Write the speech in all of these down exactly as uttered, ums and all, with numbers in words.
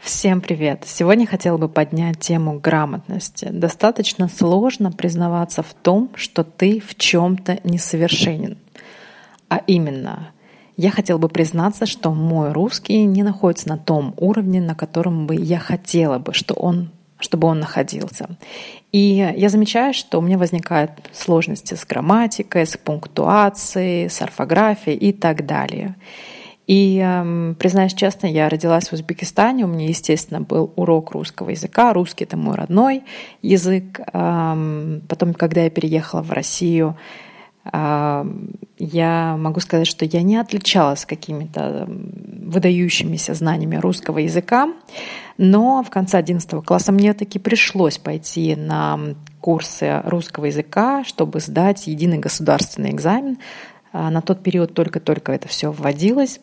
Всем привет! Сегодня хотела бы поднять тему грамотности. Достаточно сложно признаваться в том, что ты в чем-то несовершенен. А именно, я хотела бы признаться, что мой русский не находится на том уровне, на котором бы я хотела бы, что он, чтобы он находился. И я замечаю, что у меня возникают сложности с грамматикой, с пунктуацией, с орфографией и так далее. И, э, признаюсь честно, я родилась в Узбекистане, у меня, естественно, был урок русского языка. Русский — это мой родной язык. Э, потом, когда я переехала в Россию, э, я могу сказать, что я не отличалась какими-то выдающимися знаниями русского языка, но в конце одиннадцатого класса мне таки пришлось пойти на курсы русского языка, чтобы сдать единый государственный экзамен. На тот период только-только это все вводилось.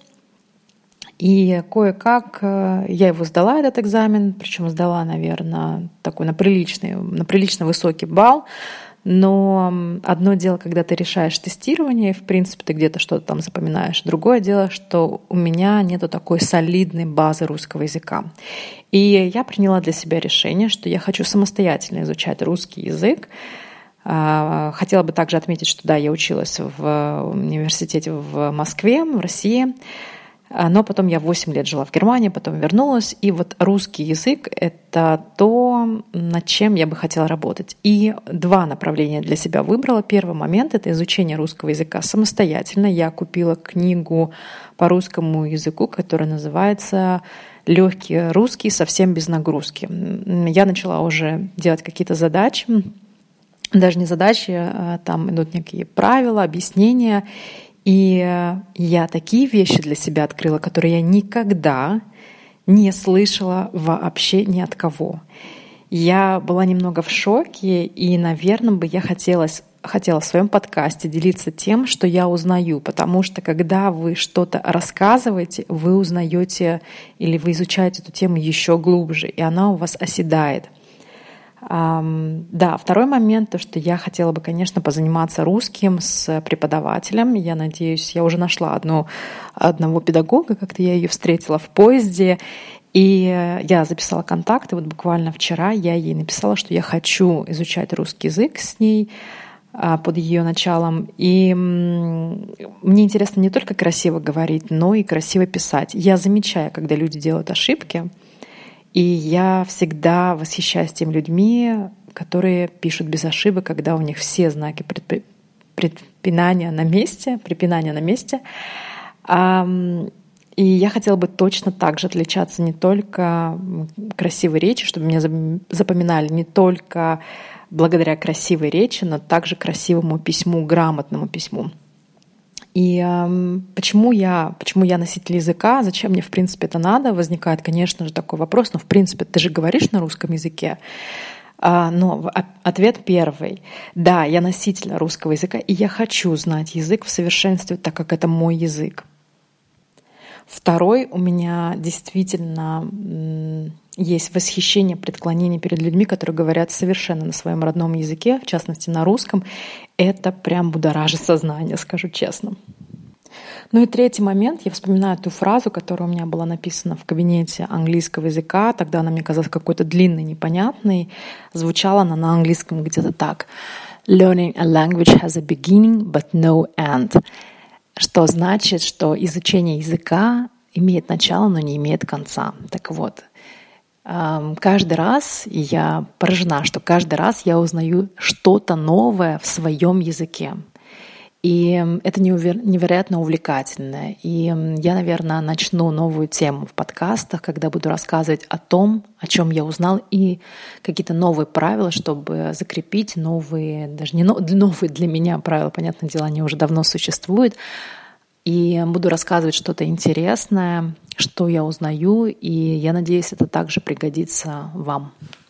И кое-как я его сдала, этот экзамен, причем сдала, наверное, такой на приличный, на прилично высокий балл. Но одно дело, когда ты решаешь тестирование, в принципе, ты где-то что-то там запоминаешь. Другое дело, что у меня нету такой солидной базы русского языка. И я приняла для себя решение, что я хочу самостоятельно изучать русский язык. Хотела бы также отметить, что да, я училась в университете в Москве, в России, но потом я восемь лет жила в Германии, потом вернулась, и вот русский язык — это то, над чем я бы хотела работать. И два направления для себя выбрала. Первый момент — это изучение русского языка самостоятельно. Я купила книгу по русскому языку, которая называется «Легкий русский, совсем без нагрузки». Я начала уже делать какие-то задачи, даже не задачи, там идут некие правила, объяснения. И я такие вещи для себя открыла, которые я никогда не слышала вообще ни от кого. Я была немного в шоке, и, наверное, бы я хотела, хотела в своем подкасте делиться тем, что я узнаю, потому что когда вы что-то рассказываете, вы узнаете или вы изучаете эту тему еще глубже, и она у вас оседает. Um, да, второй момент, то, что я хотела бы, конечно, позаниматься русским с преподавателем. Я надеюсь, я уже нашла одну, одного педагога, как-то я ее встретила в поезде, и я записала контакты. Вот буквально вчера я ей написала, что я хочу изучать русский язык с ней под ее началом. И мне интересно не только красиво говорить, но и красиво писать. Я замечаю, когда люди делают ошибки, и я всегда восхищаюсь теми людьми, которые пишут без ошибок, когда у них все знаки препинания на месте, препинания на месте. И я хотела бы точно так же отличаться не только красивой речью, чтобы меня запоминали не только благодаря красивой речи, но также красивому письму, грамотному письму. И э, почему, я, почему я носитель языка, зачем мне, в принципе, это надо, возникает, конечно же, такой вопрос, но, в принципе, ты же говоришь на русском языке. А, но ответ первый. Да, я носитель русского языка, и я хочу знать язык в совершенстве, так как это мой язык. Второй, у меня действительно м, есть восхищение, преклонение перед людьми, которые говорят совершенно на своем родном языке, в частности на русском. Это прям будоражит сознание, скажу честно. Ну и третий момент, я вспоминаю ту фразу, которая у меня была написана в кабинете английского языка. Тогда она мне казалась какой-то длинной, непонятной. Звучала она на английском где-то так: «Learning a language has a beginning, but no end». Что значит, что изучение языка имеет начало, но не имеет конца. Так вот, каждый раз, и я поражена, что каждый раз я узнаю что-то новое в своем языке. И это невероятно увлекательно. И я, наверное, начну новую тему в подкастах, когда буду рассказывать о том, о чем я узнал, и какие-то новые правила, чтобы закрепить новые, даже не новые для меня правила, понятное дело, они уже давно существуют. И буду рассказывать что-то интересное, что я узнаю, и я надеюсь, это также пригодится вам.